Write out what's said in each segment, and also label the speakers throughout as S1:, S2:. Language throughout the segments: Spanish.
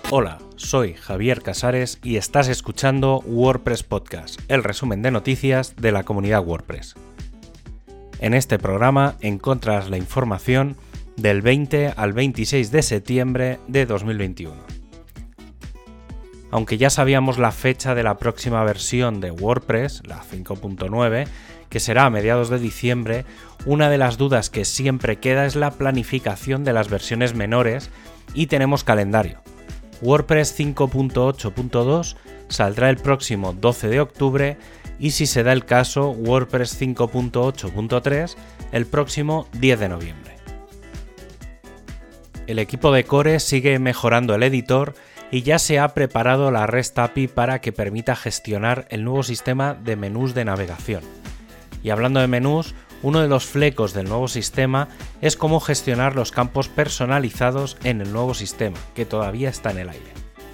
S1: Hola, soy Javier Casares y estás escuchando WordPress Podcast, el resumen de noticias de la comunidad WordPress. En este programa encontrarás la información del 20 al 26 de septiembre de 2021. Aunque ya sabíamos la fecha de la próxima versión de WordPress, la 5.9, que será a mediados de diciembre, una de las dudas que siempre queda es la planificación de las versiones menores y tenemos calendario. WordPress 5.8.2 saldrá el próximo 12 de octubre y si se da el caso, WordPress 5.8.3 el próximo 10 de noviembre. El equipo de Core sigue mejorando el editor y ya se ha preparado la REST API para que permita gestionar el nuevo sistema de menús de navegación. Y hablando de menús, uno de los flecos del nuevo sistema es cómo gestionar los campos personalizados en el nuevo sistema, que todavía está en el aire.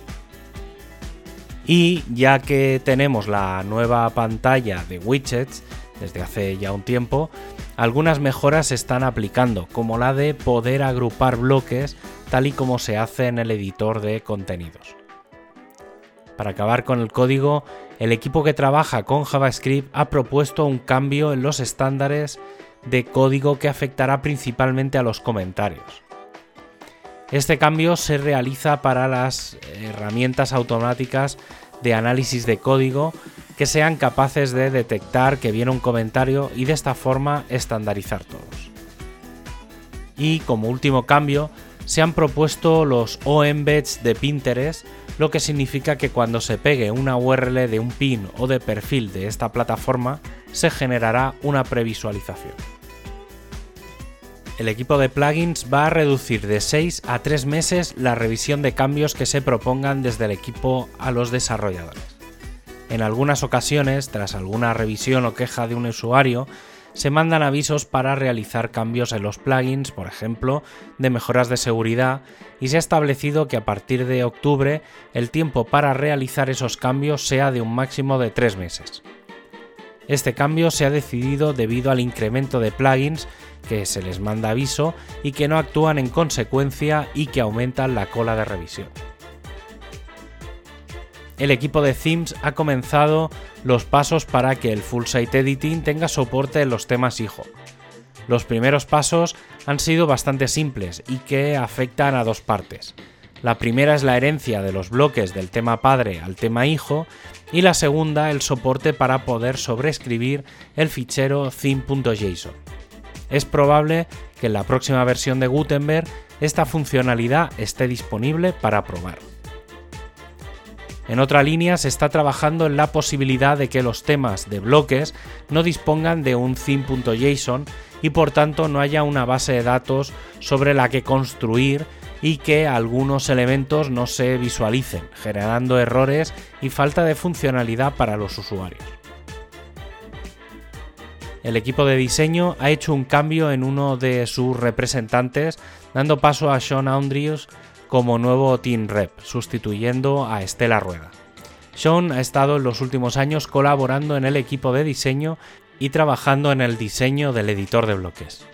S1: Y ya que tenemos la nueva pantalla de widgets desde hace ya un tiempo, algunas mejoras se están aplicando, como la de poder agrupar bloques tal y como se hace en el editor de contenidos. Para acabar con el código, el equipo que trabaja con JavaScript ha propuesto un cambio en los estándares de código que afectará principalmente a los comentarios. Este cambio se realiza para las herramientas automáticas de análisis de código que sean capaces de detectar que viene un comentario y de esta forma estandarizar todos. Y como último cambio, se han propuesto los O-Embeds de Pinterest, lo que significa que cuando se pegue una URL de un pin o de perfil de esta plataforma, se generará una previsualización. El equipo de plugins va a reducir de 6 a 3 meses la revisión de cambios que se propongan desde el equipo a los desarrolladores. En algunas ocasiones, tras alguna revisión o queja de un usuario, se mandan avisos para realizar cambios en los plugins, por ejemplo, de mejoras de seguridad, y se ha establecido que a partir de octubre el tiempo para realizar esos cambios sea de un máximo de 3 meses. Este cambio se ha decidido debido al incremento de plugins que se les manda aviso y que no actúan en consecuencia y que aumentan la cola de revisión. El equipo de Themes ha comenzado los pasos para que el Full Site Editing tenga soporte en los temas hijo. Los primeros pasos han sido bastante simples y que afectan a dos partes. La primera es la herencia de los bloques del tema padre al tema hijo y la segunda el soporte para poder sobreescribir el fichero theme.json. Es probable que en la próxima versión de Gutenberg esta funcionalidad esté disponible para probar. En otra línea se está trabajando en la posibilidad de que los temas de bloques no dispongan de un theme.json y por tanto no haya una base de datos sobre la que construir y que algunos elementos no se visualicen, generando errores y falta de funcionalidad para los usuarios. El equipo de diseño ha hecho un cambio en uno de sus representantes, dando paso a Sean Andrews como nuevo Team Rep, sustituyendo a Estela Rueda. Sean ha estado en los últimos años colaborando en el equipo de diseño y trabajando en el diseño del editor de bloques.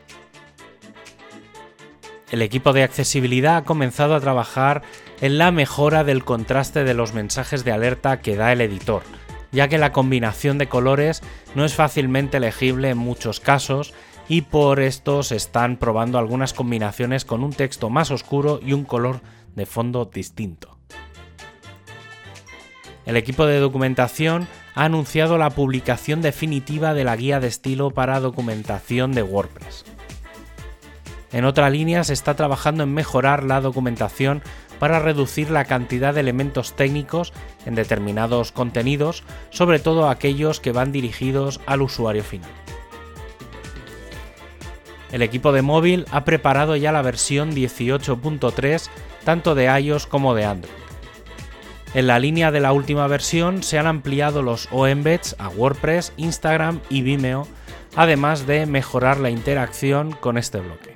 S1: El equipo de accesibilidad ha comenzado a trabajar en la mejora del contraste de los mensajes de alerta que da el editor, ya que la combinación de colores no es fácilmente legible en muchos casos y por esto se están probando algunas combinaciones con un texto más oscuro y un color de fondo distinto. El equipo de documentación ha anunciado la publicación definitiva de la guía de estilo para documentación de WordPress. En otra línea se está trabajando en mejorar la documentación para reducir la cantidad de elementos técnicos en determinados contenidos, sobre todo aquellos que van dirigidos al usuario final. El equipo de móvil ha preparado ya la versión 18.3 tanto de iOS como de Android. En la línea de la última versión se han ampliado los O-Embeds a WordPress, Instagram y Vimeo, además de mejorar la interacción con este bloque.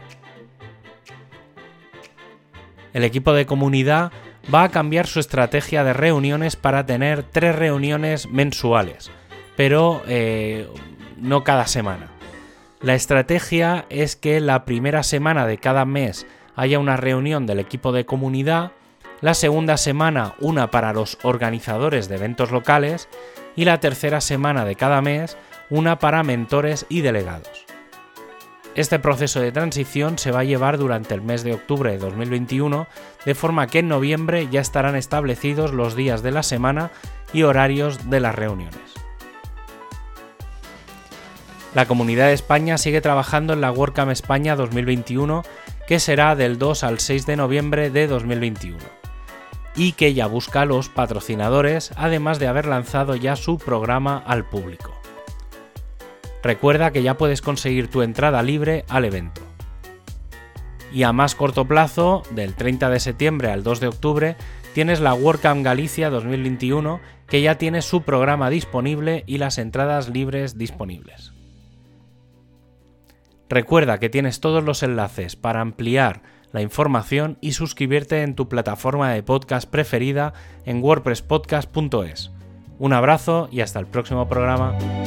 S1: El equipo de comunidad va a cambiar su estrategia de reuniones para tener 3 reuniones mensuales, pero no cada semana. La estrategia es que la primera semana de cada mes haya una reunión del equipo de comunidad, la segunda semana una para los organizadores de eventos locales y la tercera semana de cada mes una para mentores y delegados. Este proceso de transición se va a llevar durante el mes de octubre de 2021, de forma que en noviembre ya estarán establecidos los días de la semana y horarios de las reuniones. La Comunidad de España sigue trabajando en la WordCamp España 2021, que será del 2 al 6 de noviembre de 2021, y que ya busca los patrocinadores, además de haber lanzado ya su programa al público. Recuerda que ya puedes conseguir tu entrada libre al evento. Y a más corto plazo, del 30 de septiembre al 2 de octubre, tienes la WordCamp Galicia 2021, que ya tiene su programa disponible y las entradas libres disponibles. Recuerda que tienes todos los enlaces para ampliar la información y suscribirte en tu plataforma de podcast preferida en wordpresspodcast.es. Un abrazo y hasta el próximo programa.